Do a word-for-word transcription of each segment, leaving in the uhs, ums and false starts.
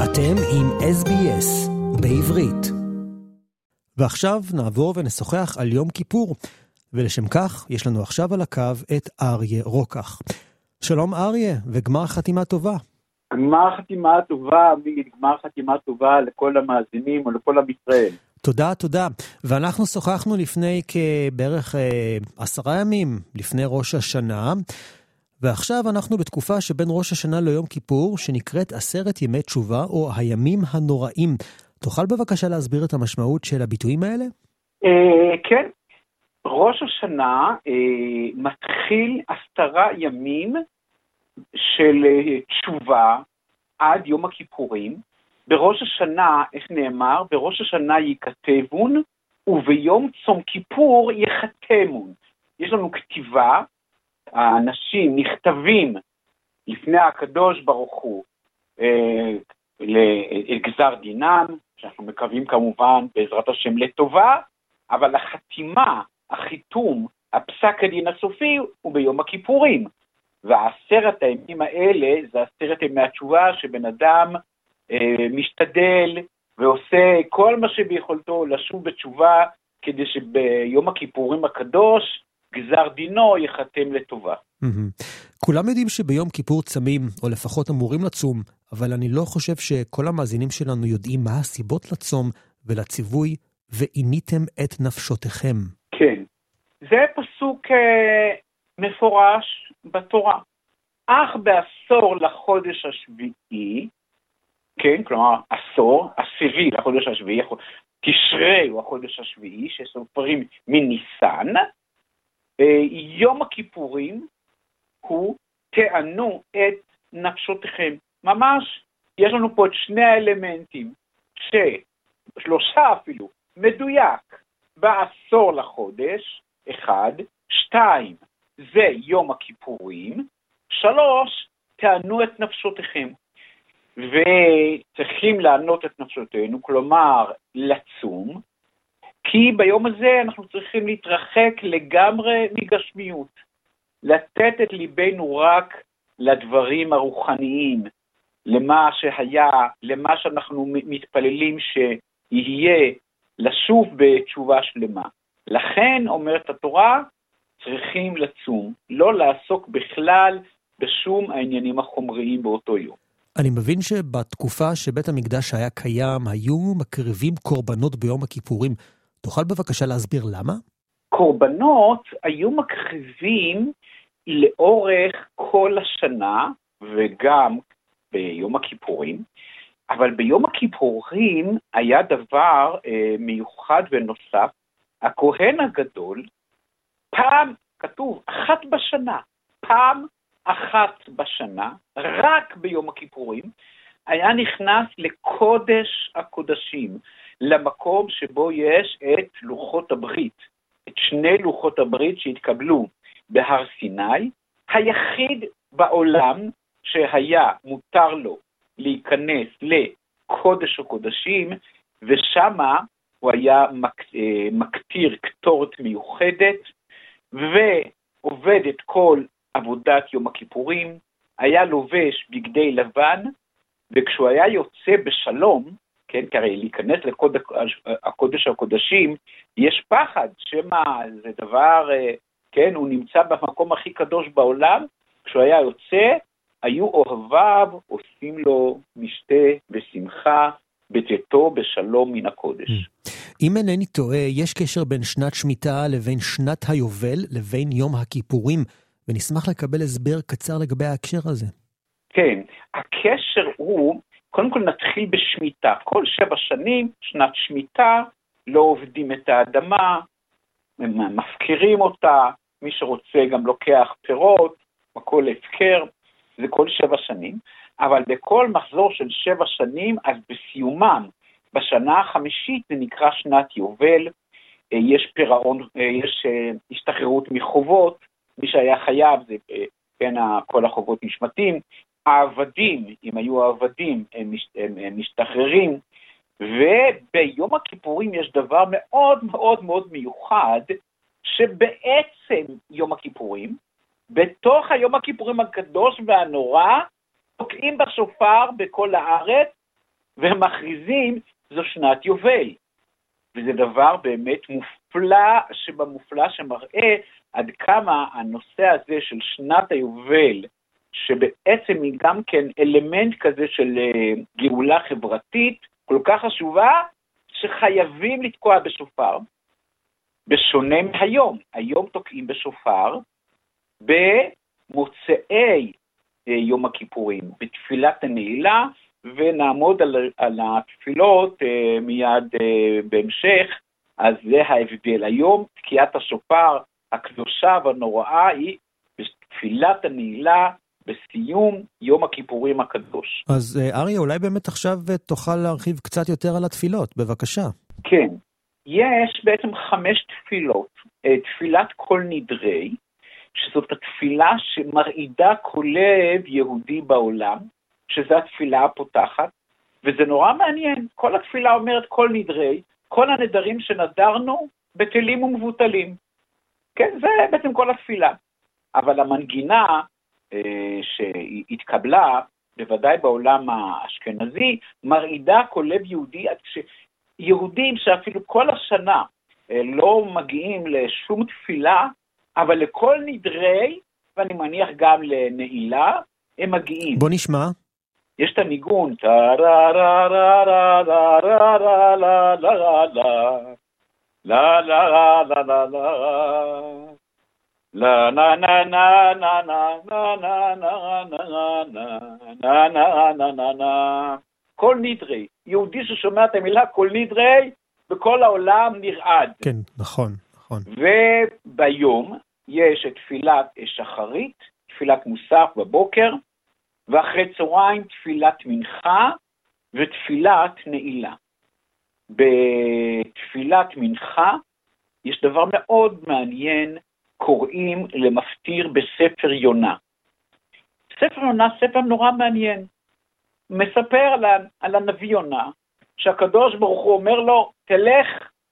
אתם עם אס בי אס בעברית. ועכשיו נעבור ונשוחח על יום כיפור, ולשם כך יש לנו עכשיו על הקו את אריה רוקח. שלום אריה, וגמר חתימה טובה. גמר חתימה טובה, גמר חתימה טובה לכל המאזינים או לכל עם ישראל. תודה, תודה. ואנחנו שוחחנו לפני כבערך אה, עשרה ימים, לפני ראש השנה, ועכשיו אנחנו בתקופה שבין ראש השנה ליום כיפור, שנקראת עשרת ימי תשובה, או הימים הנוראים. תוכל בבקשה להסביר את המשמעות של הביטויים האלה? אה, כן. ראש השנה אה, מתחיל עשרה ימים של אה, תשובה עד יום הכיפורים. בראש השנה, איך נאמר? בראש השנה ייכתבון, וביום צום כיפור יחתמון. יש לנו כתיבה, האנשים נכתבים לפני הקדוש ברוך הוא אה, לגזר דינם, שאנחנו מקווים כמובן בעזרת השם לטובה, אבל החתימה, החיתום, הפסק הדין הסופי הוא ביום הכיפורים. והעשרת הימים האלה זה עשרת ימי התשובה שבן אדם אה, משתדל ועושה כל מה שביכולתו לשוב בתשובה, כדי שביום הכיפורים הקדוש גזר דינו יחתם לטובה. כולם יודעים שביום כיפור צמים, או לפחות אמורים לצום, אבל אני לא חושב שכל המאזינים שלנו יודעים מה הסיבות לצום ולציווי, ועיניתם את נפשותיכם. כן, זה פסוק אה, מפורש בתורה. אך בעשור לחודש השביעי, כן, כלומר עשור, עשירי לחודש השביעי, תשרי הוא החודש השביעי, שסופרים מניסן, יום הכיפורים הוא תענו את נפשותיכם. ממש, יש לנו פה את שני האלמנטים, ששלושה אפילו, מדויק, בעשור לחודש, אחד, שתיים, זה יום הכיפורים, שלוש, תענו את נפשותיכם. וצריכים לענות את נפשותינו, כלומר, לצום, כי ביום הזה אנחנו צריכים להתרחק לגמרי מגשמיות, לתת את ליבנו רק לדברים הרוחניים, למה שהיה, למה שאנחנו מתפללים שיהיה, לשוב בתשובה שלמה. לכן, אומרת התורה, צריכים לצום, לא לעסוק בכלל בשום העניינים החומריים באותו יום. אני מבין שבתקופה שבית המקדש היה קיים, היו מקריבים קורבנות ביום הכיפורים. תוכל בבקשה להסביר למה? קורבנות היו מקריבים לאורך כל השנה, וגם ביום הכיפורים, אבל ביום הכיפורים היה דבר אה, מיוחד ונוסף. הכהן הגדול, פעם, כתוב, אחת בשנה, פעם אחת בשנה, רק ביום הכיפורים, היה נכנס לקודש הקודשים, למקום שבו יש את לוחות הברית, את שני לוחות הברית שהתקבלו בהר סיני, היחיד בעולם שהיה מותר לו להיכנס לקודש הקודשים, ושמה הוא היה מק, מקטיר קטורת מיוחדת, ועובד את כל עבודת יום הכיפורים, היה לובש בגדי לבן, וכשהוא היה יוצא בשלום, כן, כי הרי להיכנס לקודש הקודש הקודשים, יש פחד, שמה זה דבר, כן, הוא נמצא במקום הכי קדוש בעולם, כשהוא היה יוצא, היו אוהביו עושים לו משתה ושמחה, בצאתו בשלום מן הקודש. אם אינני טועה, יש קשר בין שנת שמיטה לבין שנת היובל לבין יום הכיפורים, ונשמח לקבל הסבר קצר לגבי ההקשר הזה. כן, הקשר הוא, קודם כל נתחיל בשמיטה. כל שבע שנים, שנת שמיטה, לא עובדים את האדמה, מפקירים אותה, מי שרוצה גם לוקח פירות, הכל הפקר, זה כל שבע שנים. אבל בכל מחזור של שבע שנים, אז בסיומם, בשנה החמישית זה נקרא שנת יובל, יש פירעון, יש השתחררות מחובות, מי שהיה חייב זה, כן, כל החובות נשמטים, העבדים, אם היו העבדים, הם, הם, הם משתחררים, וביום הכיפורים יש דבר מאוד מאוד מאוד מיוחד, שבעצם יום הכיפורים, בתוך היום הכיפורים הקדוש והנורא, תוקעים בשופר בכל הארץ, והם מכריזים, זו שנת יובל. וזה דבר באמת מופלא שבמופלא שמראה עד כמה הנושא הזה של שנת היובל, שבעצם היא גם כן אלמנט כזה של גאולה חברתית, כל כך חשובה, שחייבים לתקוע בשופר. בשונה מהיום, היום תוקעים בשופר, במוצאי יום הכיפורים, בתפילת הנעילה, ונעמוד על, על התפילות uh, מיד uh, בהמשך. אז זה ההבדל. היום תקיעת השופר הקדושה והנוראה היא בתפילת הנעילה, בסיום יום הכיפורים הקדוש. אז uh, אריה, אולי באמת עכשיו תוכל להרחיב קצת יותר על התפילות, בבקשה. כן, יש בעצם חמש תפילות. uh, תפילת כל נדרי, שזאת התפילה שמרעידה כל לב יהודי בעולם, שזו התפילה הפותחת, וזה נורא מעניין. כל התפילה אומרת כל נדרי, כל הנדרים שנדרנו בטלים ומבוטלים. כן, זה בעצם כל התפילה. אבל המנגינה אה, שהתקבלה, בוודאי בעולם האשכנזי, מרעידה כל לב יהודי, עד שיהודים שאפילו כל השנה אה, לא מגיעים לשום תפילה, אבל לכל נדרי, ואני מניח גם לנעילה, הם מגיעים. בוא נשמע. יש את הניגון, כל נדרי, יהודי ששומע את המילה כל נדרי, בכל העולם נרעד. כן, נכון, נכון. וביום יש את תפילת שחרית, תפילת מוסף בבוקר, ואחרי צהריים תפילת מנחה ותפילת נעילה. בתפילת מנחה יש דבר מאוד מעניין, קוראים למפטיר בספר יונה. ספר יונה, ספר נורא מעניין. מספר על, על הנביא יונה, שהקדוש ברוך הוא אומר לו, תלך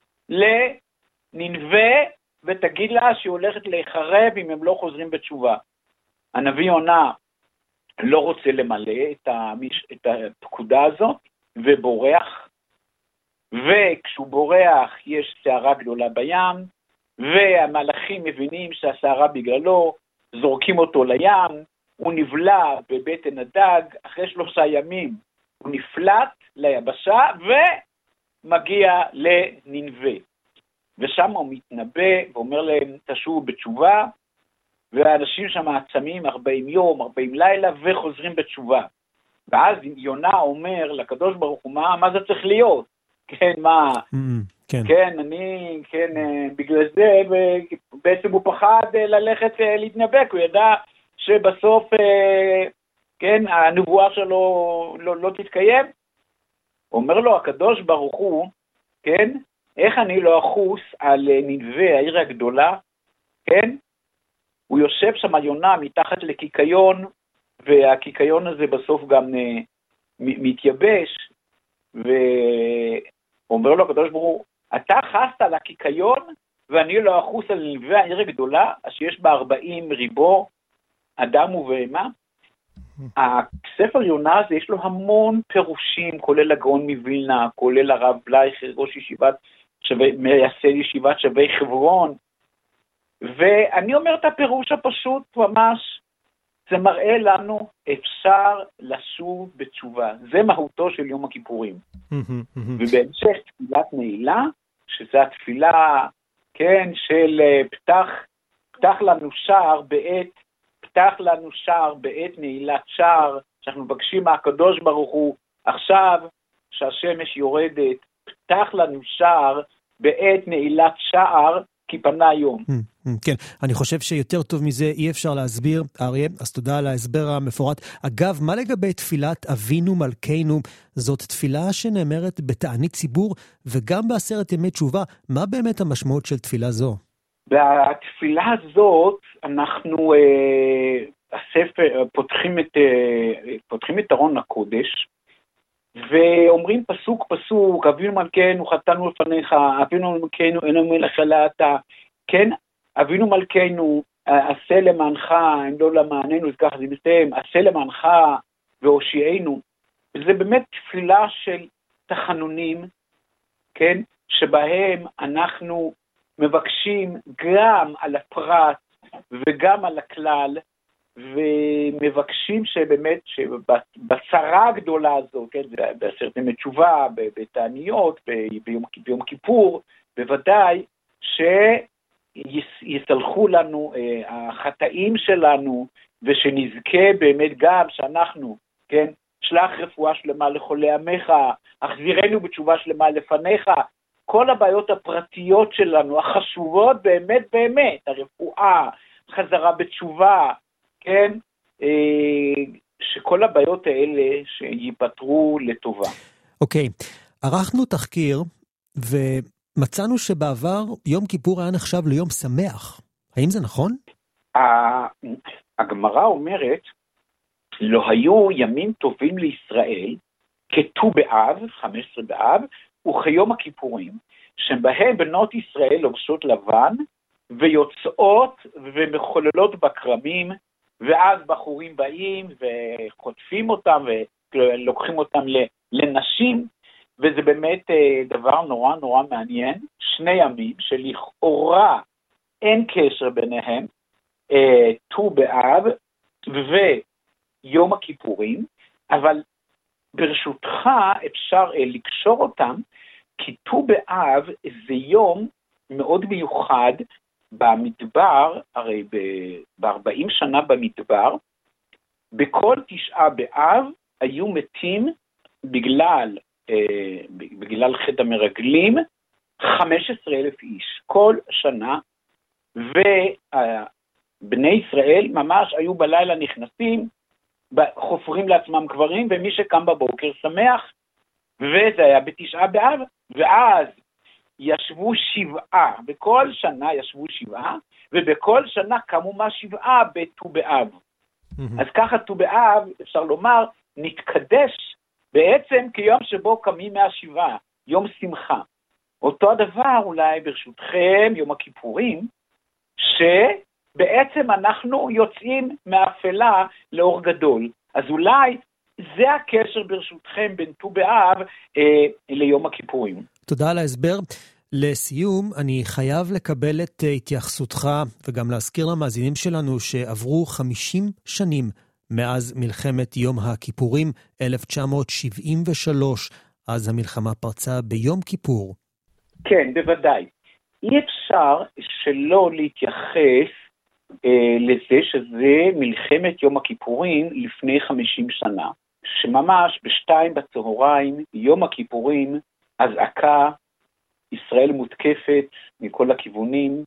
לנינווה ותגיד לה שהיא הולכת להיחרב אם הם לא חוזרים בתשובה. הנביא יונה לא רוצה למלא את, המש... את הפקודה הזאת, ובורח, וכשהוא בורח יש סערה גדולה בים, והמלאכים מבינים שהסערה בגללו, זורקים אותו לים, הוא נבלע בבטן הדג, אחרי שלושה ימים הוא נפלט ליבשה, ומגיע לנינווה. ושם הוא מתנבא ואומר להם, תשובו בתשובה, והאנשים שם עצמים ארבעים יום, ארבעים לילה, וחוזרים בתשובה. ואז יונה אומר לקדוש ברוך הוא, מה, מה זה צריך להיות? כן, מה? Mm-hmm, כן. כן, אני, כן, בגלל זה, בעצם הוא פחד ללכת להתנבק, הוא ידע שבסוף, כן, הנבואה שלו לא, לא תתקיים. אומר לו הקדוש ברוך הוא, כן, איך אני לא אחוס על נינווה, העיר הגדולה, כן? הוא יושב שם יונה מתחת לקיקיון, והקיקיון הזה בסוף גם uh, מתייבש, ואומר לו הקדוש ברוך הוא, אתה חסת על הקיקיון, ואני לא אחוס על נינווה העיר הגדולה, שיש בה ארבעים ריבו, אדם ובהמה. הספר יונה הזה יש לו המון פירושים, כולל הגאון מווילנה, כולל הרב בלייכר, ראש ישיבת, שווה, מייסד ישיבת שווה חברון, ואני אומר את הפירוש הפשוט ממש, זה מראה לנו אפשר לשוב בתשובה, זה מהותו של יום הכיפורים. ובהמשך תפילת נעילה, שזו התפילה, כן, של פתח, פתח לנו שער בעת, פתח לנו שער בעת נעילת שער, שאנחנו מבקשים מהקדוש ברוך הוא, עכשיו שהשמש יורדת, פתח לנו שער בעת נעילת שער, כי פנה היום. כן, אני חושב שיותר טוב מזה אי אפשר להסביר, אריה, אז תודה על ההסבר המפורט. אגב, מה לגבי תפילת אבינו מלכנו? זאת תפילה שנאמרת בתענית ציבור, וגם בעשרת ימי תשובה. מה באמת המשמעות של תפילה זו? בתפילה הזאת אנחנו אה, הספר, פותחים את, אה, פותחים את ארון הקודש, ואומרים פסוק פסוק, אבינו מלכנו חטאנו לפניך, אבינו מלכנו אינו מלך אלא אתה, כן, אבינו מלכנו עשה למענך, אם לא למעננו, אז ככה זה מסתיים, עשה למענך והושיענו. זה באמת תפילה של תחנונים, כן, שבהם אנחנו מבקשים גם על הפרט וגם על הכלל, ומבקשים שבאמת, שבצרה הגדולה הזאת, כן, בעשרת ימי תשובה, בתעניות, ביום, ביום כיפור, בוודאי שיסלחו לנו החטאים שלנו, ושנזכה באמת גם שאנחנו, כן, שלח רפואה שלמה לחולי עמך, החזירנו בתשובה שלמה לפניך, כל הבעיות הפרטיות שלנו, החשובות באמת באמת, הרפואה, חזרה בתשובה, כן, שכל הבעיות האלה שיפתרו לטובה. אוקיי, ערכנו תחקיר ומצאנו שבעבר יום כיפור היה נחשב ליום שמח. האם זה נכון? הגמרא אומרת, לא היו ימים טובים לישראל כט"ו באב, חמישה עשר באב, וכיום הכיפורים, שבהם בנות ישראל לובשות לבן ויוצאות ומחוללות בכרמים, ואז בחורים באים וחוטפים אותם ולוקחים אותם לנשים, וזה באמת דבר נורא נורא מעניין, שני ימים שלכאורה אין קשר ביניהם, ט"ו באב ויום הכיפורים, אבל ברשותך אפשר לקשור אותם, כי ט"ו באב זה יום מאוד מיוחד במדבר, הרי ב-ארבעים שנה במדבר, בכל תשעה באב היו מתים בגלל, אה, בגלל חטא המרגלים, חמישה עשר אלף איש כל שנה, ובני ישראל ממש היו בלילה נכנסים, חופרים לעצמם קברים, ומי שקם בבוקר שמח, וזה היה בתשעה באב, ואז ישבו שבעה, בכל שנה ישבו שבעה, ובכל שנה קמו מהשבעה בט"ו באב. Mm-hmm. אז ככה ט"ו באב, אפשר לומר, נתקדש בעצם כיום שבו קמים מהשבעה, יום שמחה. אותו הדבר אולי ברשותכם, יום הכיפורים, שבעצם אנחנו יוצאים מאפלה לאור גדול. אז אולי זה הקשר ברשותכם בין ט"ו באב אה, ליום הכיפורים. תודה על ההסבר. לסיום, אני חייב לקבל את התייחסותך וגם להזכיר למאזינים שלנו שעברו חמישים שנים מאז מלחמת יום הכיפורים אלף תשע מאות שבעים ושלוש, אז המלחמה פרצה ביום כיפור. כן, בוודאי. אי אפשר שלא להתייחס אה, לזה שזה מלחמת יום הכיפורים לפני חמישים שנה, שממש בשתיים בצהריים, יום הכיפורים, אזעקה, ישראל מותקפת מכל הכיוונים,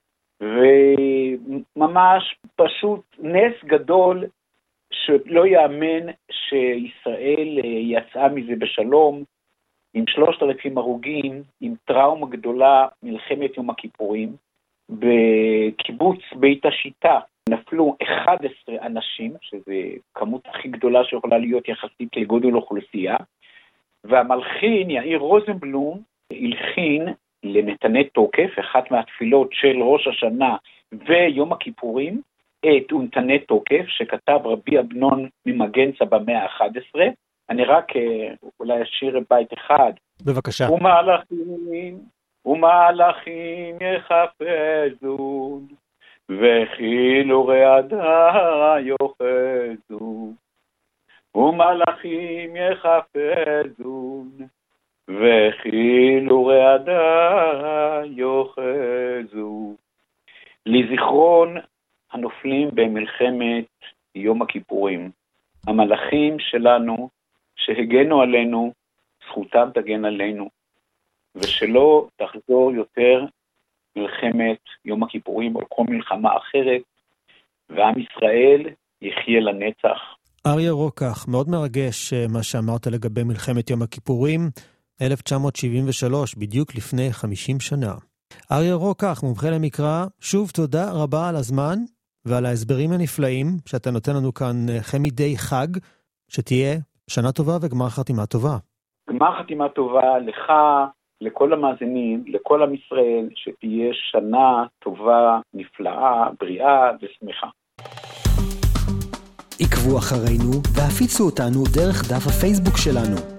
וממש פשוט נס גדול שלא יאמן שישראל יצאה מזה בשלום, עם שלושת אלפים הרוגים, עם טראומה גדולה, מלחמת יום הכיפורים. בקיבוץ בית השיטה נפלו אחד עשר אנשים, שזה כמות הכי גדולה שיכולה להיות יחסית לגודל אוכלוסייה, והמלחין יאיר רוזנבלום הלחין לנתני תוקף, אחת מהתפילות של ראש השנה ויום הכיפורים, את נתני תוקף שכתב רבי אבנון ממגנצה במאה ה-אחת עשרה. אני רק אולי אשיר בית אחד. בבקשה. ומלאכים, ומלאכים יחפזון, וכילו רעדה יוחזו. ומלאכים יחפזון, וכילו רעדה יוחזו. לזיכרון הנופלים במלחמת יום הכיפורים. המלאכים שלנו שהגנו עלינו, זכותם תגן עלינו, ושלא תחזור יותר מלחמת יום הכיפורים או כל מלחמה אחרת, ועם ישראל יחיה לנצח. אריה רוקח, מאוד מרגש מה שאמרת לגבי מלחמת יום הכיפורים, אלף תשע מאות שבעים ושלוש, בדיוק לפני חמישים שנה. אריה רוקח, מומחה למקרא, שוב תודה רבה על הזמן ועל ההסברים הנפלאים שאתה נותן לנו כאן חמידי חג, שתהיה שנה טובה וגמר חתימה טובה. גמר חתימה טובה לך, לכל המאזינים, לכל עם ישראל, שתהיה שנה טובה, נפלאה, בריאה ושמחה. עקבו אחרינו והפיצו אותנו דרך דף הפייסבוק שלנו.